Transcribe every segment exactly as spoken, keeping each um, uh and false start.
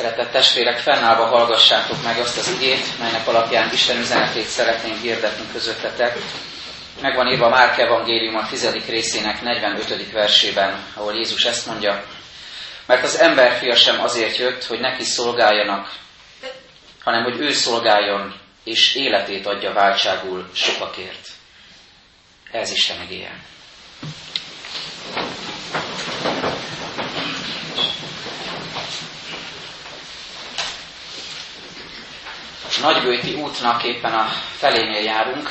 Szeretett testvérek, fennállva hallgassátok meg azt az igét, melynek alapján Isten üzenetét szeretném hirdetni közöttetek. Megvan írva Márk evangélium a tizedik részének negyvenötödik versében, ahol Jézus ezt mondja: mert az emberfia sem azért jött, hogy neki szolgáljanak, hanem hogy ő szolgáljon, és életét adja váltságul sokakért. Ez Isten igéje. A Nagybőti útnak éppen a felénél járunk,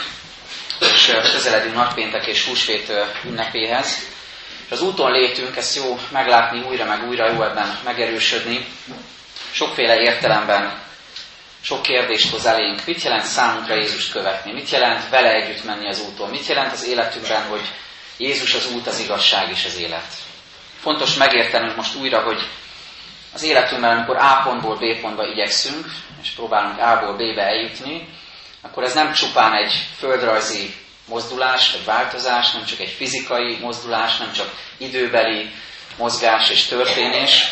és közeledünk nagypéntek és húsvét ünnepéhez. És az úton létünk, ezt jó meglátni újra meg újra, jó ebben megerősödni. Sokféle értelemben sok kérdést hoz elénk. Mit jelent számunkra Jézust követni? Mit jelent vele együtt menni az úton? Mit jelent az életünkben, hogy Jézus az út, az igazság és az élet? Fontos megértenünk most újra, hogy az életünkben, amikor A pontból B pontba igyekszünk, és próbálunk A-ból B-be eljutni, akkor ez nem csupán egy földrajzi mozdulás vagy változás, nem csak egy fizikai mozdulás, nem csak időbeli mozgás és történés,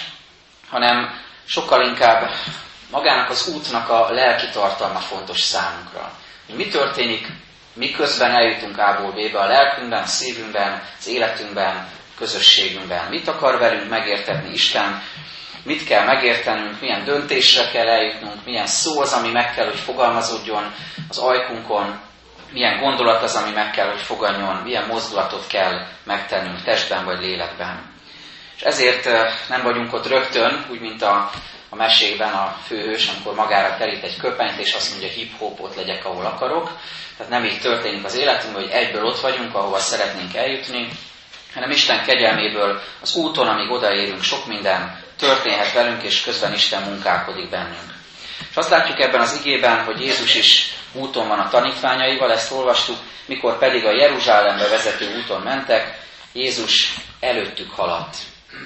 hanem sokkal inkább magának az útnak a lelki tartalma fontos számunkra. Hogy mi történik, miközben eljutunk A-ból B-be a lelkünkben, a szívünkben, az életünkben, közösségünkben. Mit akar velünk megértetni Isten? Mit kell megértenünk, milyen döntésre kell eljutnunk, milyen szó az, ami meg kell, hogy fogalmazódjon az ajkunkon, milyen gondolat az, ami meg kell, hogy fogadjon, milyen mozdulatot kell megtennünk testben vagy lélekben. És ezért nem vagyunk ott rögtön, úgy, mint a, a mesékben a főhős, amikor magára terít egy köpenyt, és azt mondja, hip-hop, ott legyek, ahol akarok. Tehát nem így történik az életünkben, hogy egyből ott vagyunk, ahova szeretnénk eljutni, hanem Isten kegyelméből az úton, amíg odaérünk, sok minden történhet velünk, és közben Isten munkálkodik bennünk. És azt látjuk ebben az igében, hogy Jézus is úton van a tanítványaival, ezt olvastuk, mikor pedig a Jeruzsálembe vezető úton mentek, Jézus előttük haladt.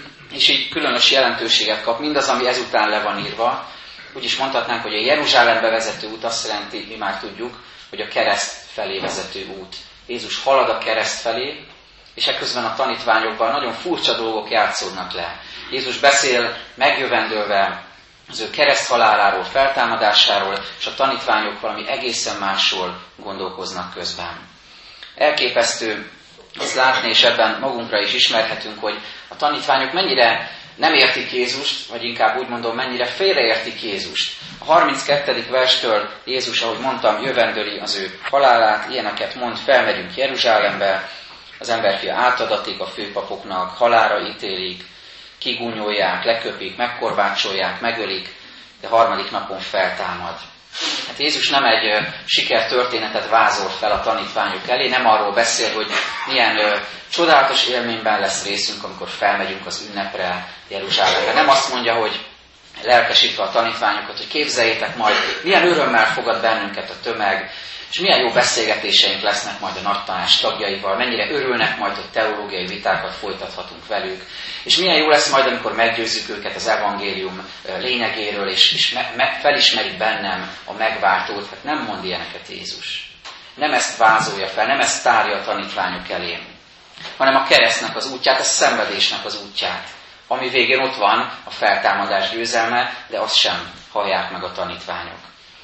És így különös jelentőséget kap mindaz, ami ezután le van írva. Úgy is mondhatnánk, hogy a Jeruzsálembe vezető út azt jelenti, mi már tudjuk, hogy a kereszt felé vezető út. Jézus halad a kereszt felé, és ekközben a tanítványokban nagyon furcsa dolgok játszódnak le. Jézus beszél megjövendőlve az ő kereszthaláláról, feltámadásáról, és a tanítványok valami egészen másról gondolkoznak közben. Elképesztő azt látni, és ebben magunkra is ismerhetünk, hogy a tanítványok mennyire nem értik Jézust, vagy inkább úgy mondom, mennyire félreértik Jézust. A harminckettedik verstől Jézus, ahogy mondtam, jövendöli az ő halálát, ilyeneket mond, felmegyünk Jeruzsálembe, az emberfia átadatik a főpapoknak, halálra ítélik, kigúnyolják, leköpik, megkorbácsolják, megölik, de harmadik napon feltámad. Hát Jézus nem egy uh, sikertörténetet vázol fel a tanítványok elé, nem arról beszél, hogy milyen uh, csodálatos élményben lesz részünk, amikor felmegyünk az ünnepre Jeruzsálembe. Nem azt mondja, hogy lelkesítve a tanítványokat, hogy képzeljétek majd, milyen örömmel fogad bennünket a tömeg, és milyen jó beszélgetéseink lesznek majd a nagytanács tagjaival, mennyire örülnek majd, hogy teológiai vitákat folytathatunk velük, és milyen jó lesz majd, amikor meggyőzzük őket az evangélium lényegéről, és, és me, me, felismerik bennem a megváltót. Hát nem mond ilyeneket Jézus. Nem ezt vázolja fel, nem ezt tárja a tanítványok elé, hanem a keresztnek az útját, a szenvedésnek az útját, ami végén ott van a feltámadás győzelme, de azt sem hallják meg a tanítványok.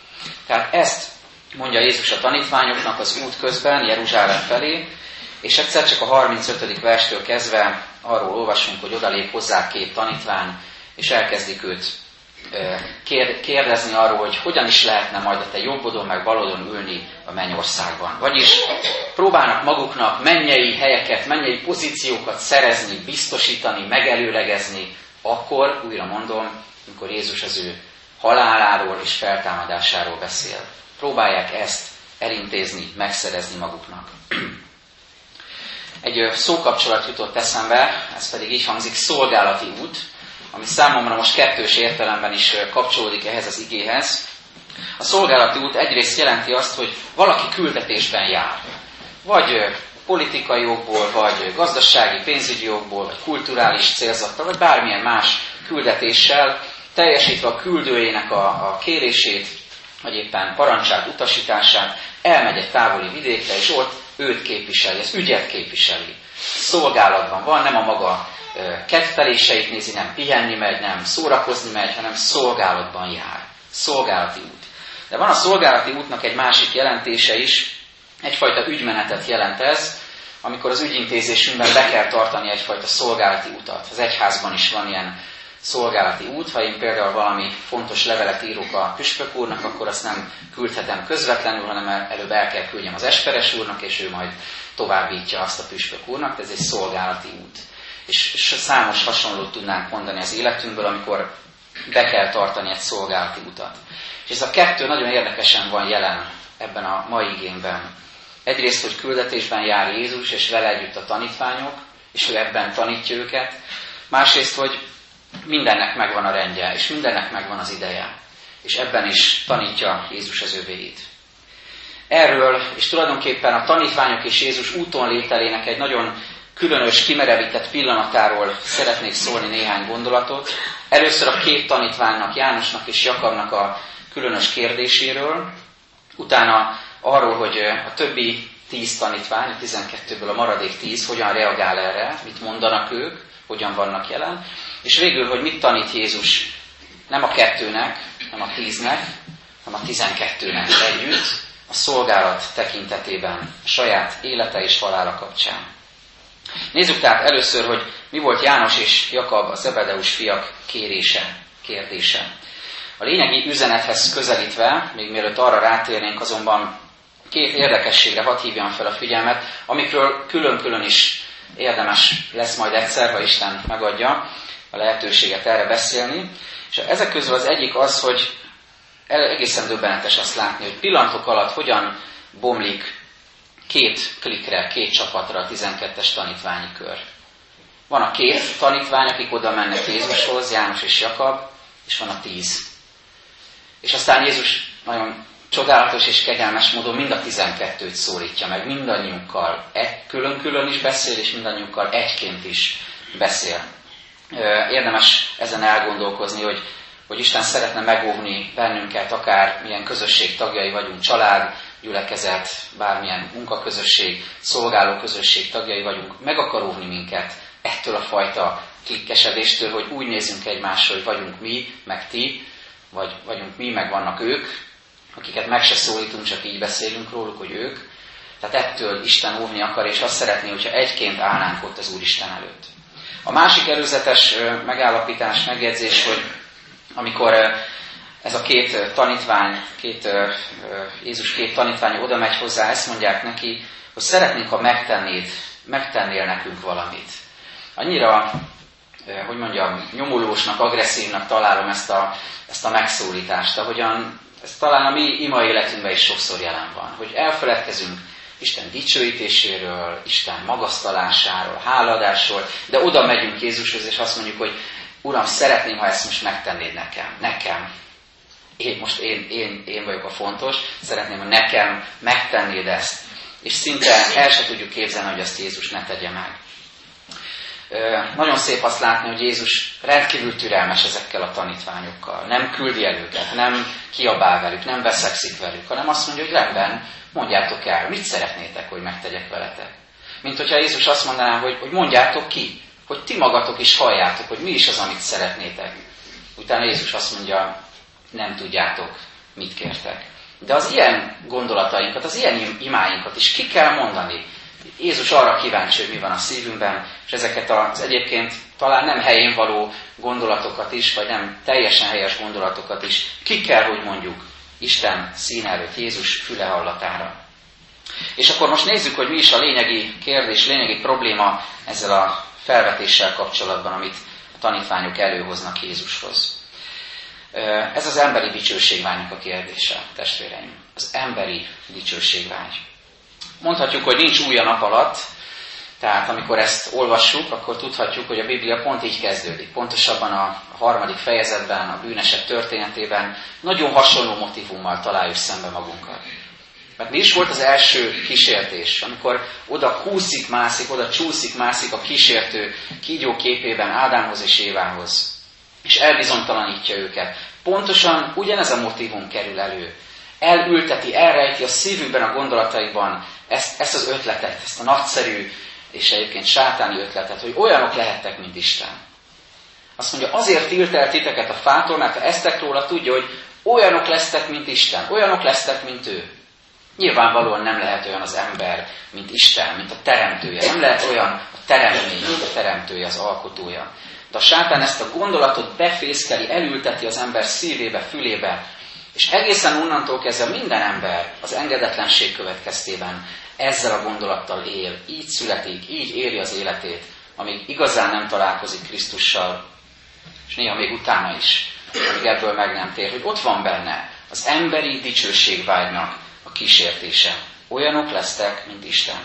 Tehát ezt mondja Jézus a tanítványoknak az út közben, Jeruzsálem felé, és egyszer csak a harmincötödik verstől kezdve arról olvasunk, hogy odalép hozzá két tanítvány, és elkezdik őt kérdezni arról, hogy hogyan is lehetne majd a te jobbodon meg balodon ülni a mennyországban. Vagyis próbálnak maguknak mennyei helyeket, mennyei pozíciókat szerezni, biztosítani, megelőlegezni, akkor, újra mondom, amikor Jézus az ő haláláról és feltámadásáról beszél. Próbálják ezt elintézni, megszerezni maguknak. Egy szókapcsolat jutott eszembe, ez pedig így hangzik, szolgálati út, ami számomra most kettős értelemben is kapcsolódik ehhez az igéhez. A szolgálati út egyrészt jelenti azt, hogy valaki küldetésben jár. Vagy politikai okból, vagy gazdasági, pénzügyi okból, vagy kulturális célzattal, vagy bármilyen más küldetéssel, teljesítve a küldőjének a, a kérését, vagy éppen parancsát, utasítását, elmegy egy távoli vidékre, és ott őt képviseli, az ügyet képviseli. Szolgálatban van, nem a maga kedveléseit nézi, nem pihenni megy, nem szórakozni megy, hanem szolgálatban jár. Szolgálati út. De van a szolgálati útnak egy másik jelentése is, egyfajta ügymenetet jelent ez, amikor az ügyintézésünkben be kell tartani egyfajta szolgálati utat. Az egyházban is van ilyen szolgálati út. Ha én például valami fontos levelet írok a püspök úrnak, akkor azt nem küldhetem közvetlenül, hanem előbb el kell küldjem az esperes úrnak, és ő majd továbbítja azt a püspök úrnak. Ez egy szolgálati út. És, és számos hasonlót tudnánk mondani az életünkből, amikor be kell tartani egy szolgálati utat. És ez a kettő nagyon érdekesen van jelen ebben a mai igényben. Egyrészt, hogy küldetésben jár Jézus, és vele együtt a tanítványok, és ő ebben tanítja őket. Másrészt, hogy mindennek megvan a rendje, és mindennek megvan az ideje. És ebben is tanítja Jézus az övéit. Erről, és tulajdonképpen a tanítványok és Jézus úton lételének egy nagyon különös, kimerevített pillanatáról szeretnék szólni néhány gondolatot. Először a két tanítványnak, Jánosnak és Jakabnak a különös kérdéséről, utána arról, hogy a többi tíz tanítvány, a tizenkettőből a maradék tíz hogyan reagál erre, mit mondanak ők, hogyan vannak jelen, és végül, hogy mit tanít Jézus nem a kettőnek, nem a tíznek, hanem a tizenkettőnek együtt, a szolgálat tekintetében, a saját élete és halála kapcsán. Nézzük tehát először, hogy mi volt János és Jakab, a Zebedeus fiak kérése, kérdése. A lényegi üzenethez közelítve, még mielőtt arra rátérnénk, azonban két érdekességre hadd hívjam fel a figyelmet, amikről külön-külön is érdemes lesz majd egyszer, ha Isten megadja a lehetőséget erre beszélni. És ezek közül az egyik az, hogy egészen döbbenetes azt látni, hogy pillanatok alatt hogyan bomlik két klikre, két csapatra a tizenkettes tanítványi kör. Van a két tanítvány, akik oda mennek Jézushoz, János és Jakab, és van a tíz. És aztán Jézus nagyon csodálatos és kegyelmes módon mind a tizenkettőt szólítja meg, mindannyiunkkal egy külön-külön is beszél, és mindannyiunkkal egyként is beszél. Érdemes ezen elgondolkozni, hogy, hogy Isten szeretne megóvni bennünket, akár milyen közösség tagjai vagyunk, család, gyülekezet, bármilyen munkaközösség, szolgálóközösség tagjai vagyunk, meg akar óvni minket ettől a fajta klikkesedéstől, hogy úgy nézzünk egymásra, hogy vagyunk mi, meg ti, vagy vagyunk mi, meg vannak ők, akiket meg se szólítunk, csak így beszélünk róluk, hogy ők. Tehát ettől Isten óvni akar, és azt szeretné, hogyha egyként állnánk ott az Úristen előtt. A másik előzetes megállapítás, megjegyzés, hogy amikor ez a két tanítvány, két, Jézus két tanítványa oda megy hozzá, ezt mondják neki, hogy szeretnénk, ha megtennéd, megtennél nekünk valamit. Annyira, hogy mondjam, nyomulósnak, agresszívnak találom ezt a, ezt a megszólítást, ahogyan ez talán a mi ima életünkben is sokszor jelen van, hogy elfeledkezünk Isten dicsőítéséről, Isten magasztalásáról, hálaadásról, de oda megyünk Jézushoz, és azt mondjuk, hogy Uram, szeretném, ha ezt most megtennéd nekem. Nekem. Én, most én, én, én vagyok a fontos, szeretném, ha nekem megtennéd ezt. És szinte el se tudjuk képzelni, hogy azt Jézus ne tegye meg. Nagyon szép azt látni, hogy Jézus rendkívül türelmes ezekkel a tanítványokkal. Nem küldi el őket, nem kiabál velük, nem veszekszik velük, hanem azt mondja, hogy rendben, mondjátok el, mit szeretnétek, hogy megtegyek veletek. Mint hogyha Jézus azt mondaná, hogy, hogy mondjátok ki, hogy ti magatok is halljátok, hogy mi is az, amit szeretnétek. Utána Jézus azt mondja, nem tudjátok, mit kértek. De az ilyen gondolatainkat, az ilyen imáinkat is ki kell mondani. Jézus arra kíváncsi, hogy mi van a szívünkben, és ezeket az egyébként talán nem helyén való gondolatokat is, vagy nem teljesen helyes gondolatokat is ki kell, hogy mondjuk Isten színe előtt, Jézus füle hallatára. És akkor most nézzük, hogy mi is a lényegi kérdés, lényegi probléma ezzel a felvetéssel kapcsolatban, amit a tanítványok előhoznak Jézushoz. Ez az emberi dicsőségvágynak a kérdése, testvéreim. Az emberi dicsőségvágy. Mondhatjuk, hogy nincs új a nap alatt, tehát amikor ezt olvassuk, akkor tudhatjuk, hogy a Biblia pont így kezdődik. Pontosabban a harmadik fejezetben, a bűneset történetében nagyon hasonló motivummal találjuk szembe magunkat. Mert mi is volt az első kísértés, amikor oda kúszik, mászik, oda csúszik, mászik a kísértő kígyó képében Ádámhoz és Évához, és elbizonytalanítja őket. Pontosan ugyanez a motivum kerül elő elülteti, elrejti a szívükben, a gondolataikban ezt, ezt az ötletet, ezt a nagyszerű és egyébként sátáni ötletet, hogy olyanok lehettek, mint Isten. Azt mondja, azért tilt el titeket a fától, mert ha esztek róla, tudja, hogy olyanok lesztek, mint Isten, olyanok lesztek, mint ő. Nyilvánvalóan nem lehet olyan az ember, mint Isten, mint a teremtője. Nem lehet olyan a teremtmény, mint a teremtője, az alkotója. De a sátán ezt a gondolatot befészkeli, elülteti az ember szívébe, fülébe, és egészen onnantól kezdve minden ember az engedetlenség következtében ezzel a gondolattal él, így születik, így éli az életét, amíg igazán nem találkozik Krisztussal, és néha még utána is, amíg ebből meg nem tér, hogy ott van benne az emberi dicsőségvágynak a kísértése. Olyanok lesztek, mint Isten.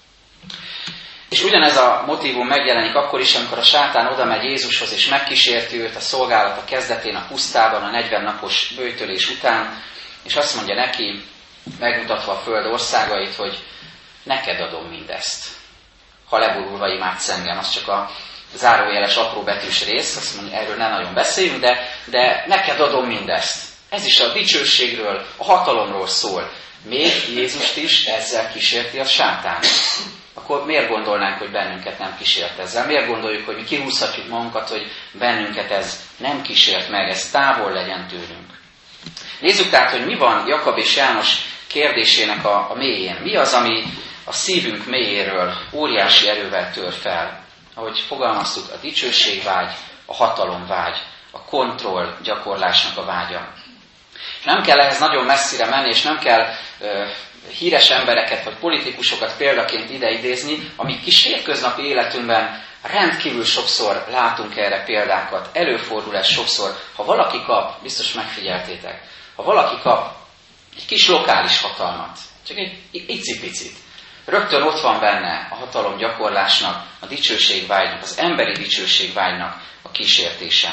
És ugyanez a motívum megjelenik akkor is, amikor a sátán oda megy Jézushoz, és megkísérti őt a szolgálata kezdetén a pusztában, a negyven napos böjtölés után, és azt mondja neki, megmutatva a föld országait, hogy neked adom mindezt. Ha leborulva imádsz engem, az csak a zárójeles apróbetűs rész, azt mondja, erről nem nagyon beszélünk, de, de neked adom mindezt. Ez is a dicsőségről, a hatalomról szól. Még Jézust is ezzel kísérti a sátán. Akkor miért gondolnánk, hogy bennünket nem kísért ezzel? Miért gondoljuk, hogy mi kihúzhatjuk magunkat, hogy bennünket ez nem kísért meg, ez távol legyen tőlünk? Nézzük tehát, hogy mi van Jakab és János kérdésének a, a mélyén. Mi az, ami a szívünk mélyéről óriási erővel tör fel? Ahogy fogalmaztuk, a dicsőségvágy, a hatalomvágy, a kontroll gyakorlásnak a vágya. És nem kell ehhez nagyon messzire menni, és nem kell ö, híres embereket vagy politikusokat példaként ideidézni, amik kis hétköznapi életünkben rendkívül sokszor látunk erre példákat. Előfordul ez sokszor. Ha valaki kap, biztos megfigyeltétek, ha valaki kap egy kis lokális hatalmat, csak egy icipicit, rögtön ott van benne a hatalom gyakorlásnak, a dicsőségvágynak, az emberi dicsőségvágynak a kísértése.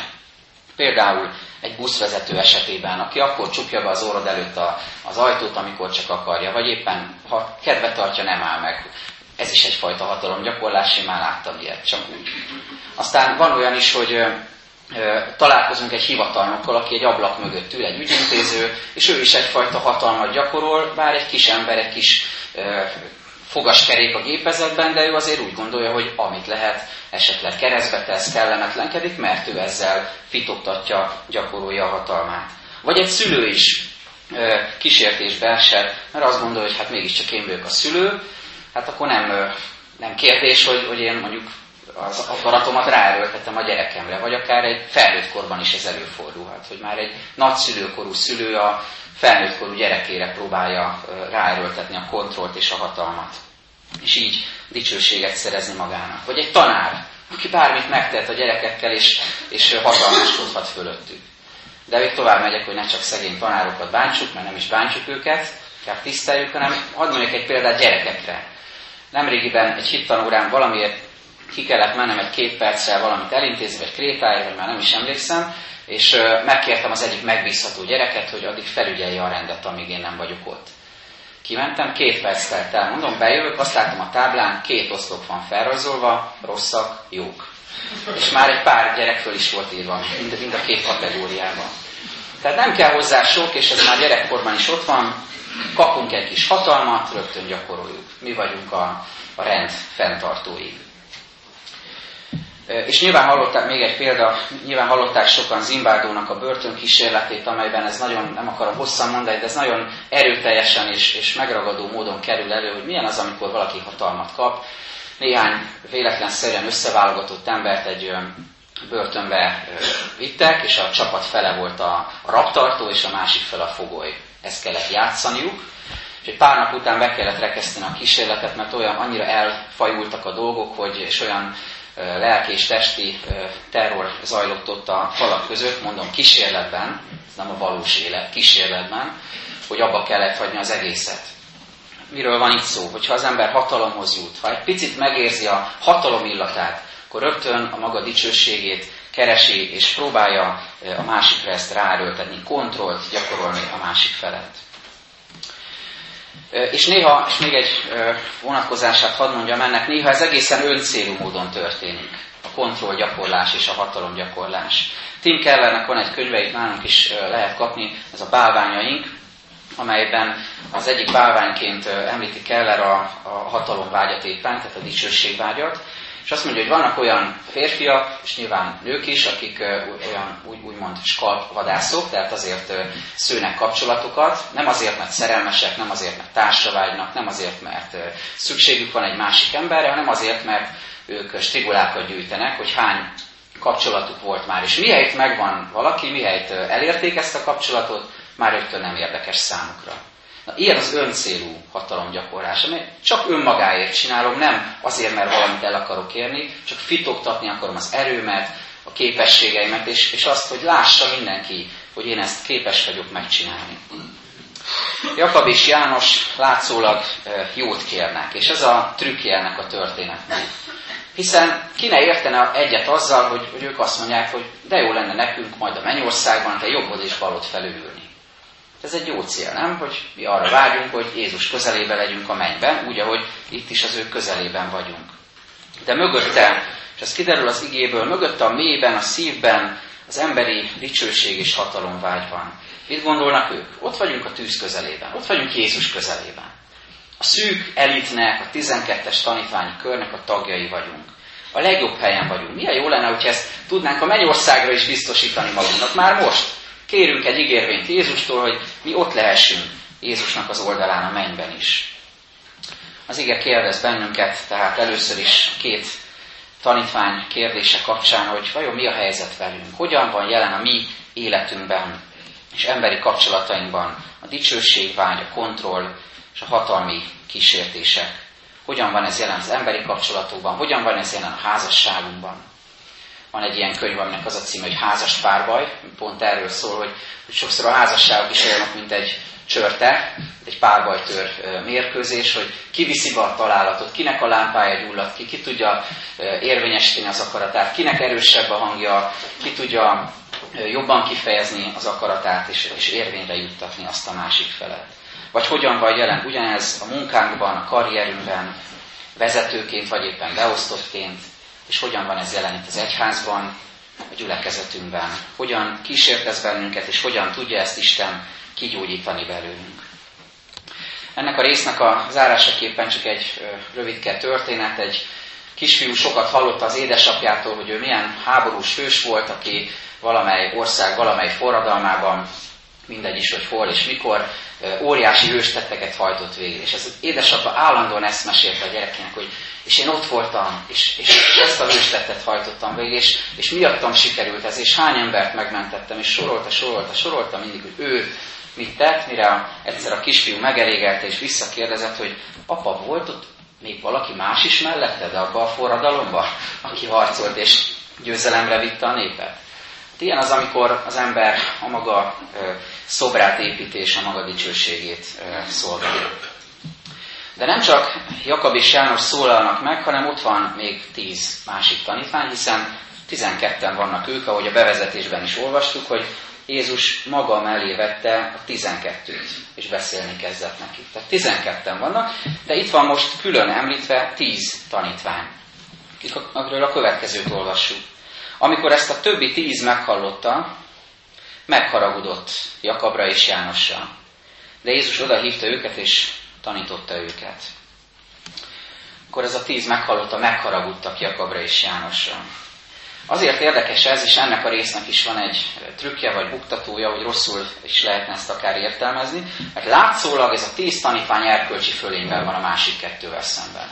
Például egy buszvezető esetében, aki akkor csukja be az orrod előtt a, az ajtót, amikor csak akarja, vagy éppen, ha kedve tartja, nem áll meg. Ez is egyfajta hatalomgyakorlás, én már láttam ilyet, csak úgy. Aztán van olyan is, hogy ö, ö, találkozunk egy hivatalnokkal, aki egy ablak mögött ül, egy ügyintéző, és ő is egyfajta hatalmat gyakorol, bár egy kis ember, egy kis ö, fogaskerék a gépezetben, de ő azért úgy gondolja, hogy amit lehet, esetleg keresztbe tesz, kellemetlenkedik, mert ő ezzel fitoktatja, gyakorolja a hatalmát. Vagy egy szülő is ö, kísértésbe esett, mert azt gondolja, hogy hát mégiscsak én vagyok a szülő, hát akkor nem, ö, nem kérdés, hogy, hogy én mondjuk az akaratomat ráerőltetem a gyerekemre, vagy akár egy felnőtt korban is ez előfordulhat, hogy már egy nagyszülőkorú szülő a felnőttkorú gyerekére próbálja ráerőltetni a kontrollt és a hatalmat. És így dicsőséget szerezni magának. Vagy egy tanár, aki bármit megtehet a gyerekekkel, és, és hatalmaskodhat fölöttük. De még tovább megyek, hogy ne csak szegény tanárokat bántsuk, mert nem is bántjuk őket, inkább tiszteljük, hanem hadd mondjak egy példát gyerekekre. Nemrégiben egy hittanórán valamiért ki kellett mennem egy két perccel valamit elintézni, vagy krétáért, vagy már nem is emlékszem, és megkértem az egyik megbízható gyereket, hogy addig felügyelje a rendet, amíg én nem vagyok ott. Kimentem, két perc telt el, mondom, bejövök, azt látom a táblán, két oszlop van felrajzolva, rosszak, jók. És már egy pár gyerek föl is volt írva, mind, mind a két kategóriában. Tehát nem kell hozzá sok, és ez már gyerekkorban is ott van, kapunk egy kis hatalmat, rögtön gyakoroljuk. Mi vagyunk a, a rend fenntartói. És nyilván hallották, még egy példa, nyilván hallották sokan Zimbárdónak a börtönkísérletét, amelyben ez nagyon, nem akarom hosszan mondani, de ez nagyon erőteljesen és, és megragadó módon kerül elő, hogy milyen az, amikor valaki hatalmat kap. Néhány véletlenszerűen összeválogatott embert egy börtönbe vittek, és a csapat fele volt a, a rabtartó, és a másik fele a fogoly. Ezt kellett játszaniuk. És egy pár nap után be kellett rekeszteni a kísérletet, mert olyan annyira elfajultak a dolgok, hogy, és olyan lelki és testi terror zajlott ott a falak között, mondom kísérletben, ez nem a valós élet, kísérletben, hogy abba kellett hagyni az egészet. Miről van itt szó? Hogyha az ember hatalomhoz jut, ha egy picit megérzi a hatalom illatát, akkor rögtön a maga dicsőségét keresi, és próbálja a másikra ezt ráerőltetni, kontrollt gyakorolni a másik felett. És néha, és még egy vonatkozását hadd mondjam ennek, néha ez egészen öncélú módon történik. A kontrollgyakorlás és a hatalomgyakorlás. Tim Kellernek van egy könyve, itt nálunk is lehet kapni, ez a Bálványaink, amelyben az egyik bálványként említi Keller a, a hatalomvágyat éppen, tehát a dicsőségvágyat, és azt mondja, hogy vannak olyan férfiak, és nyilván nők is, akik olyan úgy, úgymond skalpvadászok, tehát azért szőnek kapcsolatokat, nem azért, mert szerelmesek, nem azért, mert társra vágynak, nem azért, mert szükségük van egy másik emberre, hanem azért, mert ők strigulákat gyűjtenek, hogy hány kapcsolatuk volt már. És mihelyt megvan valaki, mihelyt elérték ezt a kapcsolatot, már rögtön nem érdekes számukra. Na, ilyen az öncélú hatalomgyakorlás, amely csak önmagáért csinálom, nem azért, mert valamit el akarok érni, csak fitoktatni akarom az erőmet, a képességeimet, és, és azt, hogy lássa mindenki, hogy én ezt képes vagyok megcsinálni. Jakab és János látszólag jót kérnek, és ez a trükkje ennek a történetnek. Hiszen ki ne értene egyet azzal, hogy, hogy ők azt mondják, hogy de jó lenne nekünk majd a mennyországban, te jobbod és balod felülülni. Ez egy jó cél, nem? Hogy mi arra vágyunk, hogy Jézus közelében legyünk a mennyben, úgy, ahogy itt is az ő közelében vagyunk. De mögötte, és ez kiderül az igéből, mögötte a mélyben, a szívben az emberi dicsőség és hatalomvágy van. Mit gondolnak ők? Ott vagyunk a tűz közelében, ott vagyunk Jézus közelében. A szűk elitnek, a tizenkettes tanítványi körnek a tagjai vagyunk. A legjobb helyen vagyunk. Milyen jó lenne, hogyha ezt tudnánk a mennyországra is biztosítani magunknak. Már most kérünk egy ígérvényt Jézustól, hogy mi ott lehessünk Jézusnak az oldalán a mennyben is. Az ige kérdez bennünket, tehát először is két tanítvány kérdése kapcsán, hogy vajon mi a helyzet velünk, hogyan van jelen a mi életünkben és emberi kapcsolatainkban a dicsőségvágy, a kontroll és a hatalmi kísértések. Hogyan van ez jelen az emberi kapcsolatokban, hogyan van ez jelen a házasságunkban. Van egy ilyen könyv, aminek az a címe, hogy Házas párbaj, pont erről szól, hogy, hogy sokszor a házasságok is olyanok, mint egy csörte, egy párbajtőr mérkőzés, hogy ki viszi be a találatot, kinek a lámpája gyullad ki, ki tudja érvényesíteni az akaratát, kinek erősebb a hangja, ki tudja jobban kifejezni az akaratát és, és érvényre juttatni azt a másik felet. Vagy hogyan van jelen ugyanez a munkánkban, a karrierünkben, vezetőként, vagy éppen beosztottként, és hogyan van ez jelen itt az egyházban, a gyülekezetünkben. Hogyan kísért ez bennünket, és hogyan tudja ezt Isten kigyógyítani belőlünk. Ennek a résznek a zárásaképpen csak egy rövidke történet. Egy kisfiú sokat hallotta az édesapjától, hogy ő milyen háborús hős volt, aki valamely ország, valamely forradalmában, mindegy is, hogy hol és mikor, óriási hőstetteket hajtott végre. És ez az édesapa állandóan ezt mesélte a gyerekének, hogy és én ott voltam, és, és ezt a hőstettet hajtottam végre, és, és miattam sikerült ez, és hány embert megmentettem, és sorolta, sorolta, sorolta mindig, hogy ő mit tett, mire egyszer a kisfiú megelégelte, és visszakérdezett, hogy apa, volt ott még valaki más is melletted abba a forradalomba, aki harcolt, és győzelemre vitte a népet? Ilyen az, amikor az ember a maga ö, szobrát építi és a maga dicsőségét ö, szolgálja. De nem csak Jakab és János szólalnak meg, hanem ott van még tíz másik tanítvány, hiszen tizenketten vannak ők, ahogy a bevezetésben is olvastuk, hogy Jézus maga mellé vette a tizenkettőt, és beszélni kezdett nekik. Tehát tizenketten vannak, de itt van most külön említve tíz tanítvány, akikről a következőt olvassuk. Amikor ezt a többi tíz meghallotta, megharagudott Jakabra és Jánosra. De Jézus odahívta őket, és tanította őket. Akkor ez a tíz meghallotta, megharagudtak Jakabra és Jánosra. Azért érdekes ez, és ennek a résznek is van egy trükkje vagy buktatója, hogy rosszul is lehetne ezt akár értelmezni, mert látszólag ez a tíz tanítvány erkölcsi fölényben van a másik kettővel szemben.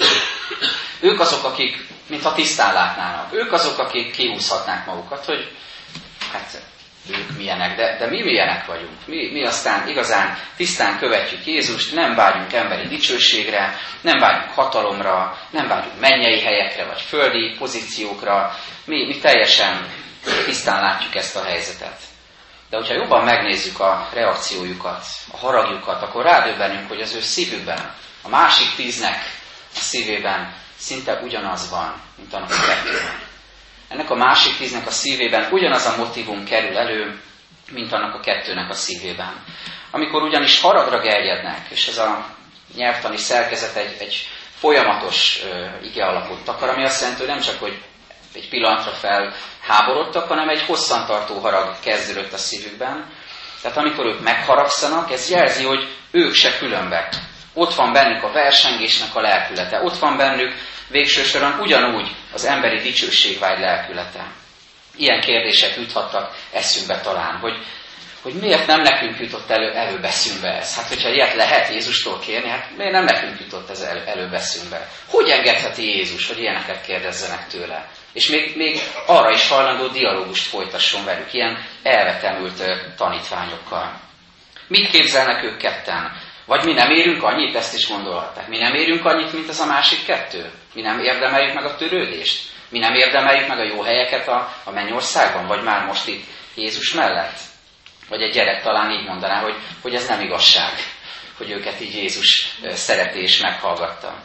Ők azok, akik mintha tisztán látnának. Ők azok, akik kihúzhatnák magukat, hogy hát ők milyenek, de, de mi milyenek vagyunk. Mi, mi aztán igazán tisztán követjük Jézust, nem vágyunk emberi dicsőségre, nem vágyunk hatalomra, nem vágyunk mennyei helyekre, vagy földi pozíciókra. Mi, mi teljesen tisztán látjuk ezt a helyzetet. De hogyha jobban megnézzük a reakciójukat, a haragjukat, akkor rádöbbenünk, hogy az ő szívükben, a másik tíznek a szívében szinte ugyanaz van, mint annak a kettőnek. Ennek a másik tíznek a szívében ugyanaz a motivum kerül elő, mint annak a kettőnek a szívében. Amikor ugyanis haragra gerjednek, és ez a nyelvtani szerkezet egy, egy folyamatos uh, ige alapot takar, ami azt jelenti, hogy nem csak, hogy egy pillanatra felháborodtak, hanem egy hosszantartó harag kezdődött a szívükben. Tehát amikor ők megharagszanak, ez jelzi, hogy ők se különbek. Ott van bennük a versengésnek a lelkülete. Ott van bennük végső soron ugyanúgy az emberi dicsőségvágy lelkülete. Ilyen kérdések juthattak eszünkbe talán, hogy, hogy miért nem nekünk jutott elő, előbb eszünkbe ez? Hát, hogyha ilyet lehet Jézustól kérni, hát miért nem nekünk jutott ez elő, előbb eszünkbe? Hogy engedheti Jézus, hogy ilyeneket kérdezzenek tőle? És még, még arra is hajlandó dialógust folytasson velük, ilyen elvetemült tanítványokkal. Mit képzelnek ők ketten? Vagy mi nem érünk annyit, ezt is gondolhatták. Mi nem érünk annyit, mint az a másik kettő? Mi nem érdemeljük meg a törődést? Mi nem érdemeljük meg a jó helyeket a, a mennyországban? Vagy már most itt Jézus mellett? Vagy egy gyerek talán így mondaná, hogy, hogy ez nem igazság, hogy őket így Jézus szereti és meghallgatta.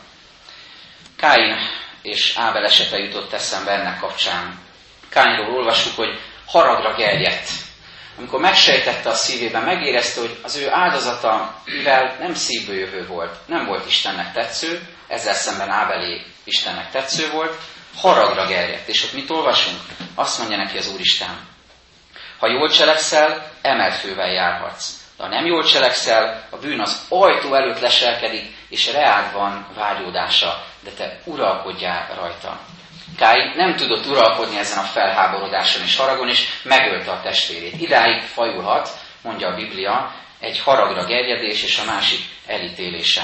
Káin és Ábel esete jutott eszembe ennek kapcsán. Káinról olvassuk, hogy haragra gerjedt. Amikor megsejtette a szívében, megérezte, hogy az ő áldozata, mivel nem szívből jövő volt, nem volt Istennek tetsző, ezzel szemben Ábelé Istennek tetsző volt, haragra gerjedt. És ott mit olvasunk? Azt mondja neki az Úristen: ha jól cselekszel, emelt fővel járhatsz. De ha nem jól cselekszel, a bűn az ajtó előtt leselkedik, és reád van vágyódása, de te uralkodjál rajta. Káin nem tudott uralkodni ezen a felháborodáson és haragon, és megölte a testvérét. Idáig fajulhat, mondja a Biblia, egy haragra gerjedés és a másik elítélése.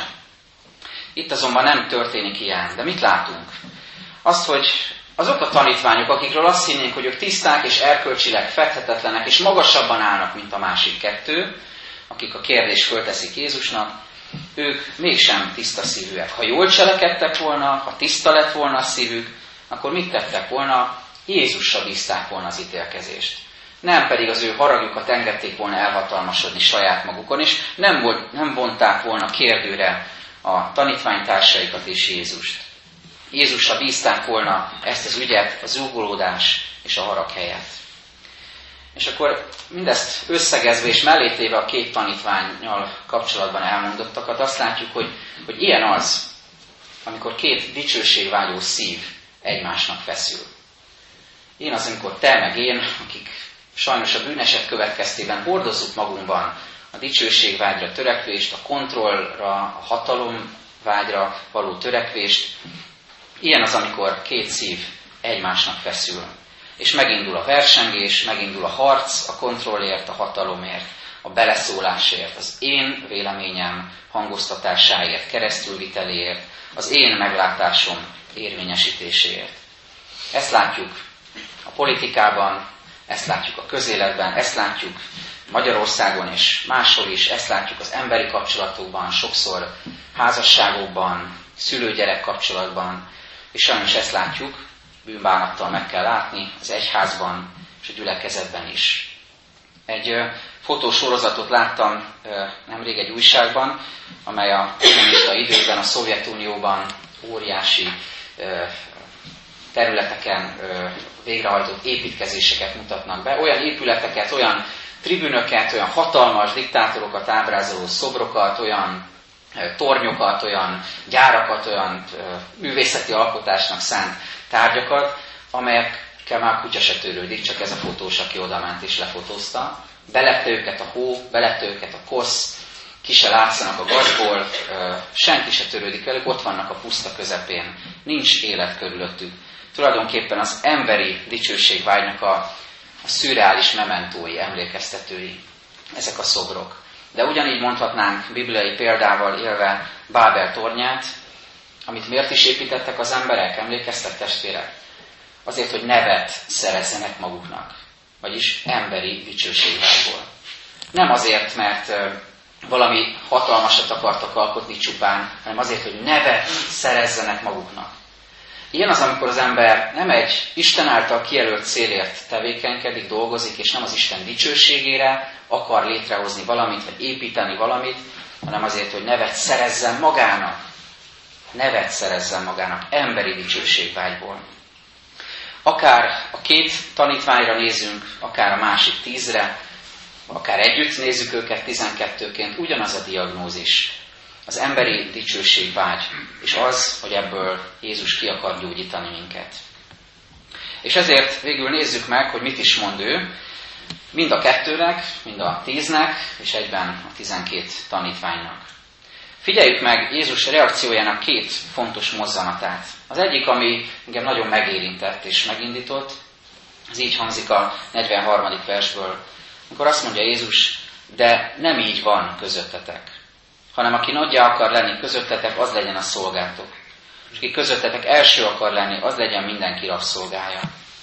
Itt azonban nem történik ilyen. De mit látunk? Azt, hogy azok a tanítványok, akikről azt hinnénk, hogy ők tiszták és erkölcsileg fedhetetlenek, és magasabban állnak, mint a másik kettő, akik a kérdést fölteszik Jézusnak, ők mégsem tiszta szívűek. Ha jól cselekedtek volna, ha tiszta lett volna a szívük, akkor mit tettek volna? Jézusra bízták volna az ítélkezést. Nem pedig az ő haragjukat engedték volna elhatalmasodni saját magukon, és nem, volt, nem vonták volna kérdőre a tanítványtársaikat és Jézust. Jézusra bízták volna ezt az ügyet, az zúgolódás és a harag helyett. És akkor mindezt összegezve és mellétéve a két tanítvánnyal kapcsolatban elmondottakat, azt látjuk, hogy, hogy ilyen az, amikor két dicsőségvágyó szív egymásnak feszül. Én az, amikor te meg én, akik sajnos a bűneset következtében hordozzuk magunkban a dicsőségvágyra törekvést, a kontrollra, a hatalomvágyra való törekvést, ilyen az, amikor két szív egymásnak feszül. És megindul a versengés, megindul a harc a kontrollért, a hatalomért, a beleszólásért, az én véleményem hangoztatásáért, keresztülviteléért, az én meglátásom érvényesítéséért. Ezt látjuk a politikában, ezt látjuk a közéletben, ezt látjuk Magyarországon és máshol is, ezt látjuk az emberi kapcsolatokban, sokszor házasságokban, szülő-gyerek kapcsolatban, és sajnos ezt látjuk, bűnbánattal meg kell látni az egyházban és a gyülekezetben is. Egy fotósorozatot láttam nemrég egy újságban, amely a kommunista időkben a Szovjetunióban óriási területeken végrehajtott építkezéseket mutatnak be. Olyan épületeket, olyan tribünöket, olyan hatalmas diktátorokat ábrázoló szobrokat, olyan tornyokat, olyan gyárakat, olyan művészeti alkotásnak szánt tárgyakat, amelyekkel már kutya se törődik, csak ez a fotós, aki oda ment és lefotózta. Belette őket a hó, belette őket a kosz, ki se látszanak a gazból, senki se törődik velük, ott vannak a puszta közepén, nincs élet körülöttük. Tulajdonképpen az emberi dicsőségvágynak a, a szürreális mementói, emlékeztetői, ezek a szobrok. De ugyanígy mondhatnánk bibliai példával élve Bábel tornyát, amit miért is építettek az emberek, emlékeztek testvérek? Azért, hogy nevet szerezzenek maguknak, vagyis emberi dicsőségvágyból. Nem azért, mert valami hatalmasat akartak alkotni csupán, hanem azért, hogy nevet szerezzenek maguknak. Ilyen az, amikor az ember nem egy Isten által kijelölt célért tevékenykedik, dolgozik, és nem az Isten dicsőségére akar létrehozni valamit, vagy építeni valamit, hanem azért, hogy nevet szerezzen magának. Nevet szerezzen magának, emberi dicsőségvágyból. Akár a két tanítványra nézünk, akár a másik tízre, akár együtt nézzük őket tizenkettőként, ugyanaz a diagnózis. Az emberi dicsőségvágy, és az, hogy ebből Jézus ki akar gyógyítani minket. És ezért végül nézzük meg, hogy mit is mond ő. Mind a kettőnek, mind a tíznek, és egyben a tizenkét tanítványnak. Figyeljük meg Jézus reakciójának két fontos mozzanatát. Az egyik, ami engem nagyon megérintett és megindított, az így hangzik a negyvenharmadik versből, amikor azt mondja Jézus, de nem így van közöttetek, hanem aki nagyja akar lenni közöttetek, az legyen a szolgátok. És aki közöttetek első akar lenni, az legyen mindenki rabszolgája.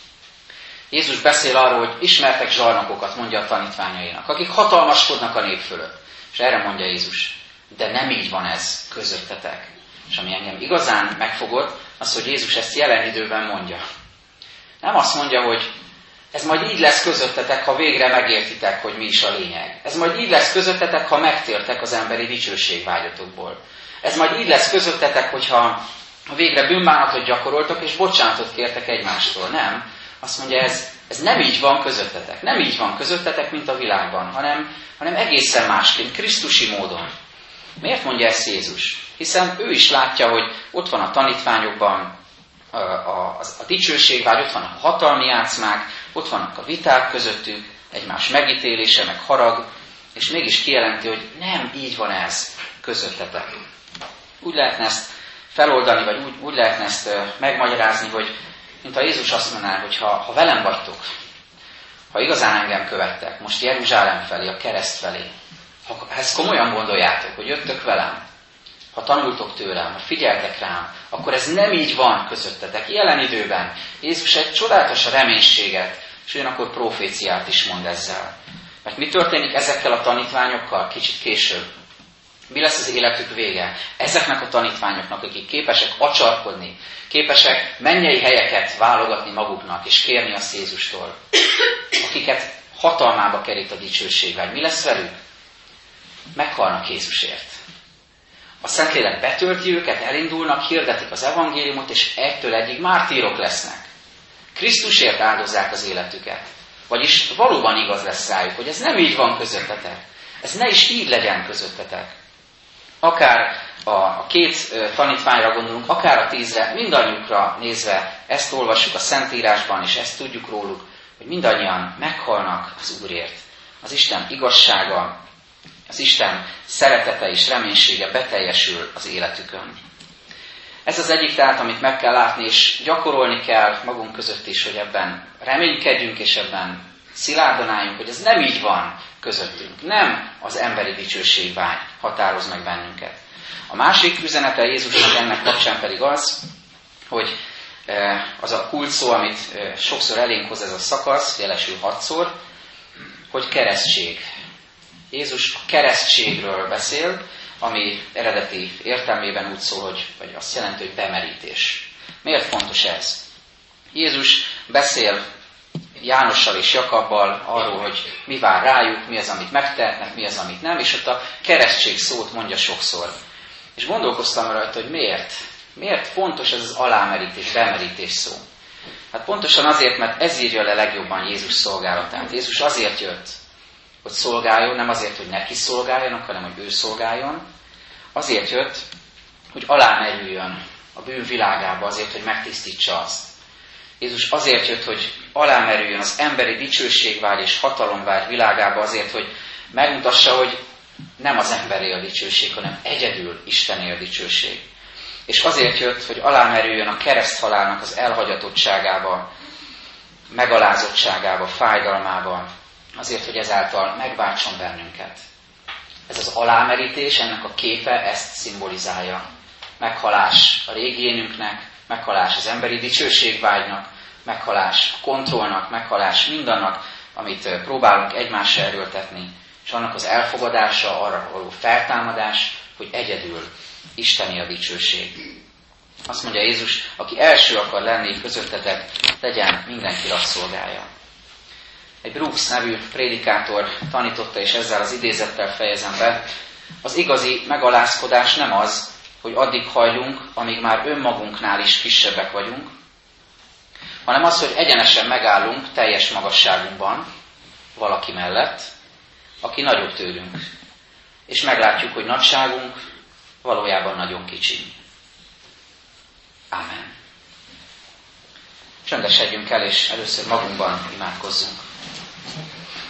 Jézus beszél arról, hogy ismertek zsarnokokat, mondja a tanítványainak, akik hatalmaskodnak a nép fölött. És erre mondja Jézus, de nem így van ez közöttetek. És ami engem igazán megfogott, az, hogy Jézus ezt jelen időben mondja. Nem azt mondja, hogy ez majd így lesz közöttetek, ha végre megértitek, hogy mi is a lényeg. Ez majd így lesz közöttetek, ha megtértek az emberi dicsőségvágyatokból. Ez majd így lesz közöttetek, hogyha végre bűnbánatot gyakoroltok, és bocsánatot kértek egymástól. Nem. Azt mondja, ez, ez nem így van közöttetek. Nem így van közöttetek, mint a világban, hanem, hanem egészen másként, krisztusi módon. Miért mondja ezt Jézus? Hiszen ő is látja, hogy ott van a tanítványokban a, a, a dicsőségvágy, ott vannak a hatalmi játszmák, ott vannak a viták közöttük, egymás megítélése, meg harag, és mégis kijelenti, hogy nem így van ez közöttetek. Úgy lehetne ezt feloldani, vagy úgy, úgy lehetne ezt megmagyarázni, hogy mint a Jézus azt mondaná, hogy ha, ha velem vagytok, ha igazán engem követtek, most Jeruzsálem felé, a kereszt felé, ha ezt komolyan gondoljátok, hogy jöttök velem, ha tanultok tőlem, ha figyeltek rám, akkor ez nem így van közöttetek. Jelen időben Jézus egy csodálatos reménységet, és ugyanakkor proféciát is mond ezzel. Mert mi történik ezekkel a tanítványokkal kicsit később? Mi lesz az életük vége? Ezeknek a tanítványoknak, akik képesek acsarkodni, képesek mennyei helyeket válogatni maguknak, és kérni azt Jézustól, akiket hatalmába kerít a dicsőségvágy. Mi lesz velük? Meghalnak Jézusért. A Szentlélek betölti őket, elindulnak, hirdetik az evangéliumot, és egytől egyig mártírok lesznek. Krisztusért áldozzák az életüket. Vagyis valóban igaz lesz rájuk, hogy ez nem így van közöttetek. Ez ne is így legyen közöttetek. Akár a két tanítványra gondolunk, akár a tízre, mindannyiukra nézve ezt olvassuk a Szentírásban, és ezt tudjuk róluk, hogy mindannyian meghalnak az Úrért. Az Isten igazsága, az Isten szeretete és reménysége beteljesül az életükön. Ez az egyik tehát, amit meg kell látni, és gyakorolni kell magunk között is, hogy ebben reménykedjünk, és ebben szilárdan álljunk, hogy ez nem így van közöttünk. Nem az emberi dicsőségvágy határoz meg bennünket. A másik üzenete Jézusnak ennek kapcsán pedig az, hogy az a kult szó, amit sokszor elénk hoz ez a szakasz, jelesül hatszor, hogy keresztség. Jézus keresztségről beszél, ami eredeti értelmében úgy szól, hogy, vagy azt jelenti, hogy bemerítés. Miért fontos ez? Jézus beszél Jánossal és Jakabbal arról, hogy mi vár rájuk, mi az, amit megtehetnek, mi az, amit nem, és ott a keresztség szót mondja sokszor. És gondolkoztam rajta, hogy miért? Miért fontos ez az alámerítés, bemerítés szó? Hát pontosan azért, mert ez írja le legjobban Jézus szolgálatát. Jézus azért jött, hogy szolgáljon, nem azért, hogy neki szolgáljanak, hanem hogy ő szolgáljon. Azért jött, hogy alámerüljön a bűn világába, azért, hogy megtisztítsa azt. Jézus azért jött, hogy alámerüljön az emberi dicsőségvágy és hatalomvágy világába, azért, hogy megmutassa, hogy nem az emberé a dicsőség, hanem egyedül Istené a dicsőség. És azért jött, hogy alámerüljön a kereszthalálnak az elhagyatottságába, megalázottságába, fájdalmába, azért, hogy ezáltal megváltson bennünket. Ez az alámerítés, ennek a képe ezt szimbolizálja. Meghalás a régi énünknek, meghalás az emberi dicsőségvágynak, meghalás a kontrollnak, meghalás mindannak, amit próbálunk egymásra erőltetni, és annak az elfogadása, arra való feltámadás, hogy egyedül Isteni a dicsőség. Azt mondja Jézus, aki első akar lenni közöttetek, legyen mindenki rabszolgája. Egy Brooks nevű prédikátor tanította, és ezzel az idézettel fejezem be, az igazi megalázkodás nem az, hogy addig hajlunk, amíg már önmagunknál is kisebbek vagyunk, hanem az, hogy egyenesen megállunk teljes magasságunkban valaki mellett, aki nagyobb tőlünk, és meglátjuk, hogy nagyságunk valójában nagyon kicsi. Ámen. Csöndesedjünk el, és először magunkban imádkozzunk.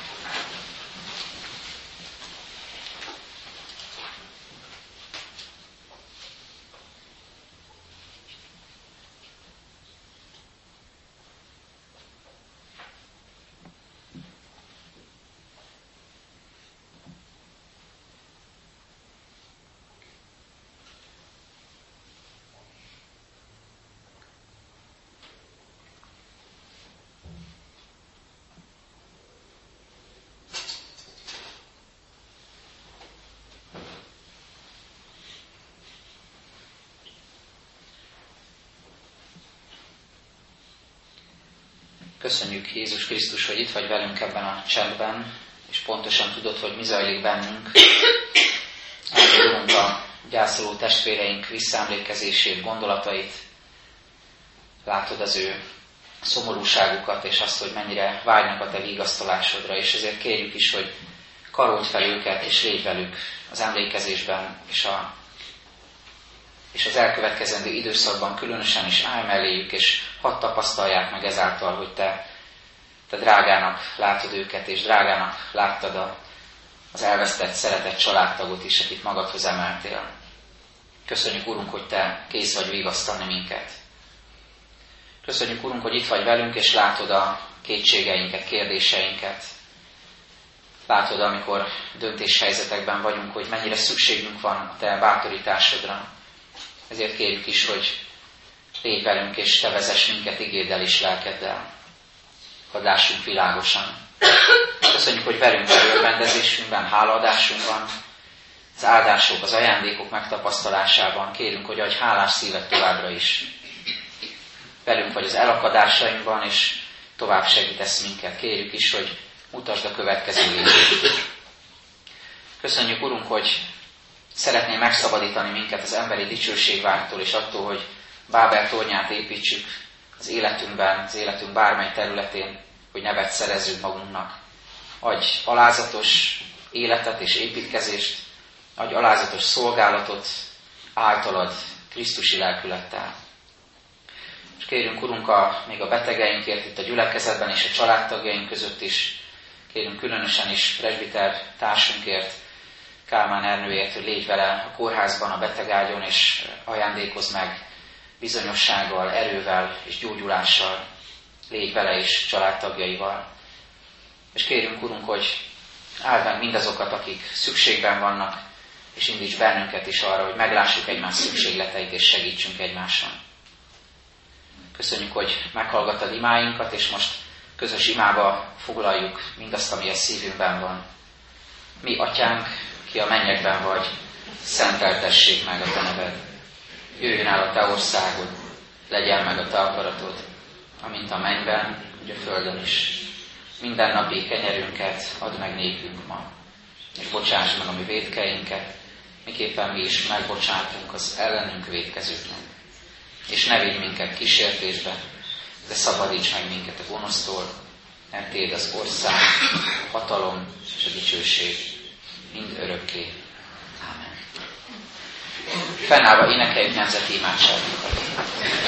Köszönjük, Jézus Krisztus, hogy itt vagy velünk ebben a csendben, és pontosan tudod, hogy mi zajlik bennünk. Elmondunk a gyászoló testvéreink visszaemlékezését, gondolatait. Látod az ő szomorúságukat, és azt, hogy mennyire vágynak a te vigasztalásodra, és ezért kérjük is, hogy karold fel őket, és légy velük az emlékezésben, és, a, és az elkövetkezendő időszakban különösen is állj melléjük, és hadd tapasztalják meg ezáltal, hogy te, te drágának látod őket, és drágának láttad a, az elvesztett, szeretett családtagot is, akit magadhoz emeltél. Köszönjük, Urunk, hogy te kész vagy vigasztalni minket. Köszönjük, Urunk, hogy itt vagy velünk, és látod a kétségeinket, kérdéseinket. Látod, amikor döntéshelyzetekben vagyunk, hogy mennyire szükségünk van a te bátorításodra. Ezért kérjük is, hogy légy velünk, és te vezess minket igéddel és lelkeddel. Hadd lássunk világosan. Köszönjük, hogy velünk a örvendezésünkben, hálaadásunkban, az áldások, az ajándékok megtapasztalásában. Kérünk, hogy adj hálás szívet továbbra is. Velünk vagy az elakadásainkban, és tovább segítesz minket. Kérjük is, hogy mutasd a következő lépést. Köszönjük, Urunk, hogy szeretnél megszabadítani minket az emberi dicsőségvágytól, és attól, hogy Bábel tornyát építsük az életünkben, az életünk bármely területén, hogy nevet szerezzünk magunknak. Adj alázatos életet és építkezést, adj alázatos szolgálatot általad Krisztusi lelkülettel. És kérünk, Urunk, a, még a betegeinkért itt a gyülekezetben és a családtagjaink között is, kérünk különösen is presbiter társunkért, Kálmán Ernőért, hogy légy vele a kórházban, a betegágyon, és ajándékozz meg bizonyossággal, erővel és gyógyulással, légy vele is családtagjaival. És kérünk, Urunk, hogy áld meg mindazokat, akik szükségben vannak, és indíts bennünket is arra, hogy meglássuk egymás szükségleteit, és segítsünk egymáson. Köszönjük, hogy meghallgattad imáinkat, és most közös imába foglaljuk mindazt, ami a szívünkben van. Mi, Atyánk, ki a mennyekben vagy, szenteltessék meg a te neved. Jöjjön el a te országod, legyen meg a te akaratod, amint a mennyben, úgy a földön is. Minden napi kenyerünket add meg nékünk ma, és bocsáss meg a mi vétkeinket, miképpen mi is megbocsátunk az ellenünk vétkezőknek. És ne vigy minket kísértésbe, de szabadíts meg minket a gonosztól, mert Téd az ország, a hatalom és a dicsőség mind örökké. Ámen. Fennállva énekeljük nemzeti imádságunkat.